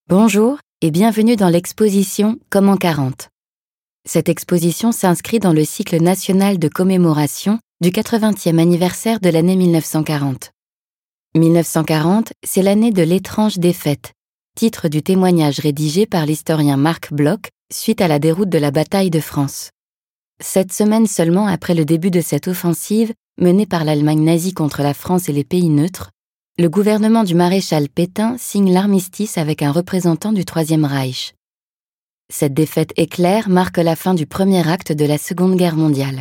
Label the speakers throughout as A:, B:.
A: Bonjour et bienvenue dans l'exposition Comme en 40. Cette exposition s'inscrit dans le cycle national de commémoration du 80e anniversaire de l'année 1940. 1940, c'est l'année de l'étrange défaite, titre du témoignage rédigé par l'historien Marc Bloch suite à la déroute de la bataille de France. 7 semaines seulement après le début de cette offensive menée par l'Allemagne nazie contre la France et les pays neutres, le gouvernement du maréchal Pétain signe l'armistice avec un représentant du Troisième Reich. Cette défaite éclair marque la fin du premier acte de la Seconde Guerre mondiale.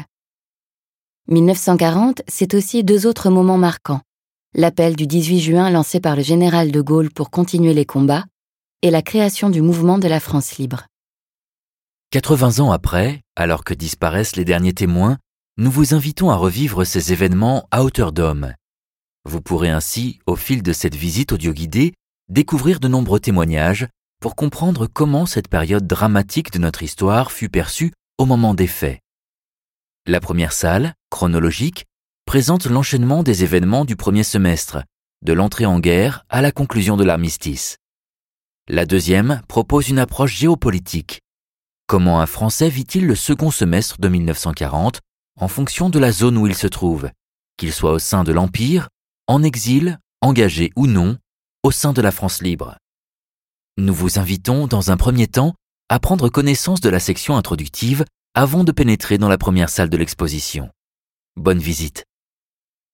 A: 1940, c'est aussi 2 autres moments marquants. L'appel du 18 juin lancé par le général de Gaulle pour continuer les combats et la création du mouvement de la France libre.
B: 80 ans après, alors que disparaissent les derniers témoins, nous vous invitons à revivre ces événements à hauteur d'homme. Vous pourrez ainsi, au fil de cette visite audio-guidée, découvrir de nombreux témoignages pour comprendre comment cette période dramatique de notre histoire fut perçue au moment des faits. La première salle, chronologique, présente l'enchaînement des événements du premier semestre, de l'entrée en guerre à la conclusion de l'armistice. La deuxième propose une approche géopolitique. Comment un Français vit-il le second semestre de 1940 en fonction de la zone où il se trouve, qu'il soit au sein de l'Empire, en exil, engagé ou non, au sein de la France libre. Nous vous invitons, dans un premier temps, à prendre connaissance de la section introductive avant de pénétrer dans la première salle de l'exposition. Bonne visite.